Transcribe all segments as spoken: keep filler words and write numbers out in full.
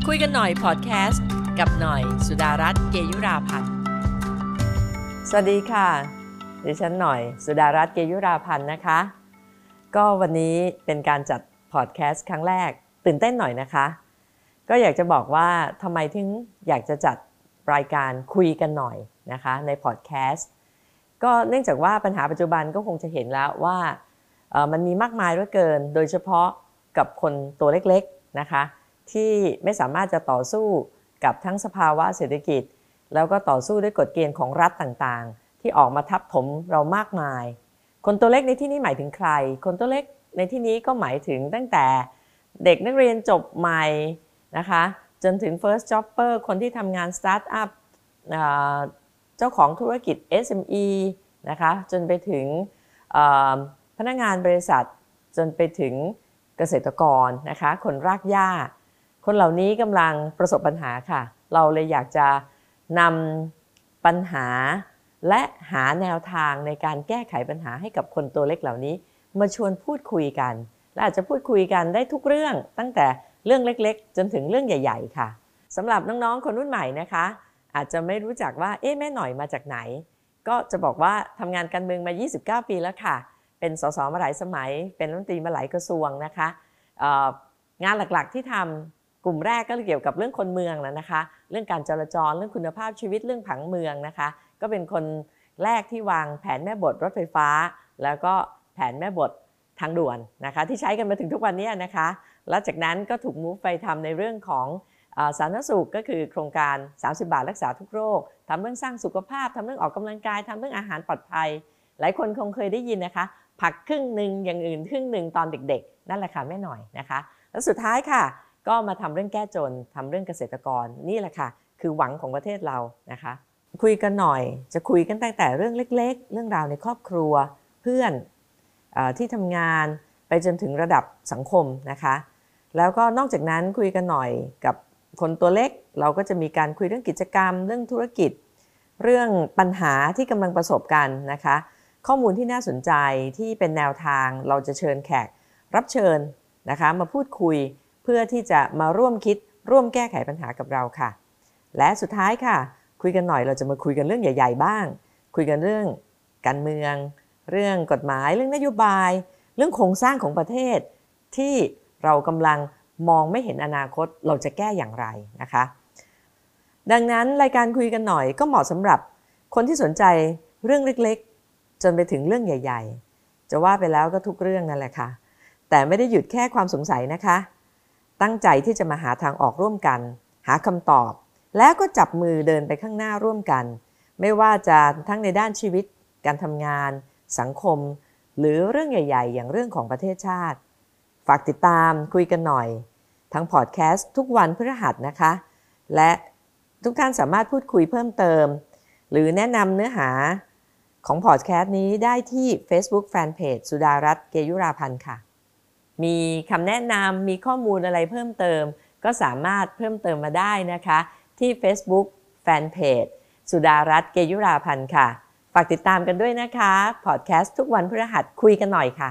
คุยกันหน่อยพอดแคสต์กับหน่อยสุดารัตน์เกยุราพันธ์สวัสดีค่ะดิฉันหน่อยสุดารัตน์เกยุราพันธ์นะคะก็วันนี้เป็นการจัดพอดแคสต์ครั้งแรกตื่นเต้นหน่อยนะคะก็อยากจะบอกว่าทำไมถึงอยากจะจัดรายการคุยกันหน่อยนะคะในพอดแคสต์ก็เนื่องจากว่าปัญหาปัจจุบันก็คงจะเห็นแล้วว่าเอ่อมันมีมากมายเหลือเกินโดยเฉพาะกับคนตัวเล็กๆนะคะที่ไม่สามารถจะต่อสู้กับทั้งสภาวะเศรษฐกิจแล้วก็ต่อสู้ด้วยกฎเกณฑ์ของรัฐต่างๆที่ออกมาทับถมเรามากมายคนตัวเล็กในที่นี้หมายถึงใครคนตัวเล็กในที่นี้ก็หมายถึงตั้งแต่เด็กนักเรียนจบใหม่นะคะจนถึง first jobber คนที่ทำงานสตาร์ทอัพเจ้าของธุรกิจ เอส เอ็ม อี นะคะจนไปถึงพนักงานบริษัทจนไปถึงเกษตรกรนะคะคนรากหญ้าคนเหล่านี้กำลังประสบปัญหาค่ะเราเลยอยากจะนำปัญหาและหาแนวทางในการแก้ไขปัญหาให้กับคนตัวเล็กเหล่านี้มาชวนพูดคุยกันและอาจจะพูดคุยกันได้ทุกเรื่องตั้งแต่เรื่องเล็กๆจนถึงเรื่องใหญ่ๆค่ะสำหรับน้องๆคนรุ่นใหม่นะคะอาจจะไม่รู้จักว่าเอ๊ะแม่หน่อยมาจากไหนก็จะบอกว่าทำงานการเมืองมายี่สิบเก้าปีแล้วค่ะเป็นสสมาหลายสมัยเป็นรัฐมนตรีมาหลายกระทรวงนะคะงานหลักๆที่ทำกลุ่มแรกก็เกี่ยวกับเรื่องคนเมืองแล้วนะคะเรื่องการจราจรเรื่องคุณภาพชีวิตเรื่องผังเมืองนะคะก็เป็นคนแรกที่วางแผนแม่บทรถไฟฟ้าแล้วก็แผนแม่บททางด่วนนะคะที่ใช้กันมาถึงทุกวันนี้นะคะแล้วจากนั้นก็ถูกมูฟไปทำในเรื่องของสาธารณสุขก็คือโครงการสามสิบบาทรักษาทุกโรคทำเรื่องสร้างสุขภาพทำเรื่องออกกำลังกายทำเรื่องอาหารปลอดภัยหลายคนคงเคยได้ยินนะคะผักครึ่งหนึ่งอย่างอื่นครึ่งหนึ่งตอนเด็กๆนั่นแหละค่ะแม่หน่อยนะคะแล้วสุดท้ายค่ะก็มาทำเรื่องแก้จนทำเรื่องเกษตรกรนี่แหละค่ะคือหวังของประเทศเรานะคะคุยกันหน่อยจะคุยกันตั้งแต่เรื่องเล็กๆเรื่องราวในครอบครัวเพื่อนอที่ทำงานไปจนถึงระดับสังคมนะคะแล้วก็นอกจากนั้นคุยกันหน่อยกับคนตัวเล็กเราก็จะมีการคุยเรื่องกิจกรรมเรื่องธุรกิจเรื่องปัญหาที่กำลังประสบกันนะคะข้อมูลที่น่าสนใจที่เป็นแนวทางเราจะเชิญแขกรับเชิญนะคะมาพูดคุยเพื่อที่จะมาร่วมคิดร่วมแก้ไขปัญหากับเราค่ะและสุดท้ายค่ะคุยกันหน่อยเราจะมาคุยกันเรื่องใหญ่ๆบ้างคุยกันเรื่องการเมืองเรื่องกฎหมายเรื่องนโยบายเรื่องโครงสร้างของประเทศที่เรากำลังมองไม่เห็นอนาคตเราจะแก้อย่างไรนะคะดังนั้นรายการคุยกันหน่อยก็เหมาะสำหรับคนที่สนใจเรื่องเล็กๆจนไปถึงเรื่องใหญ่ๆจะว่าไปแล้วก็ทุกเรื่องนั่นแหละค่ะแต่ไม่ได้หยุดแค่ความสงสัยนะคะตั้งใจที่จะมาหาทางออกร่วมกันหาคำตอบแล้วก็จับมือเดินไปข้างหน้าร่วมกันไม่ว่าจะทั้งในด้านชีวิตการทำงานสังคมหรือเรื่องใหญ่ๆอย่างเรื่องของประเทศชาติฝากติดตามคุยกันหน่อยทั้งพอดแคสต์ทุกวันพฤหัสนะคะและทุกท่านสามารถพูดคุยเพิ่มเติมหรือแนะนำเนื้อหาของพอดแคสต์นี้ได้ที่ Facebook Fanpage สุดารัตน์เกยุราพันธ์ค่ะมีคำแนะนำมีข้อมูลอะไรเพิ่มเติมก็สามารถเพิ่มเติมมาได้นะคะที่ Facebook Fanpage สุดารัตน์เกยุราพันธ์ค่ะฝากติดตามกันด้วยนะคะพอดแคสต์ทุกวันพฤหัสคุยกันหน่อยค่ะ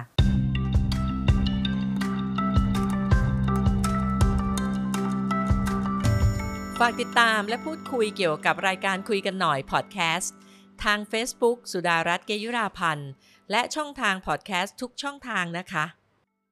ฝากติดตามและพูดคุยเกี่ยวกับรายการคุยกันหน่อยพอดแคสต์ทาง Facebook สุดารัตน์เกยุราพันธ์และช่องทางพอดแคสต์ทุกช่องทางนะคะ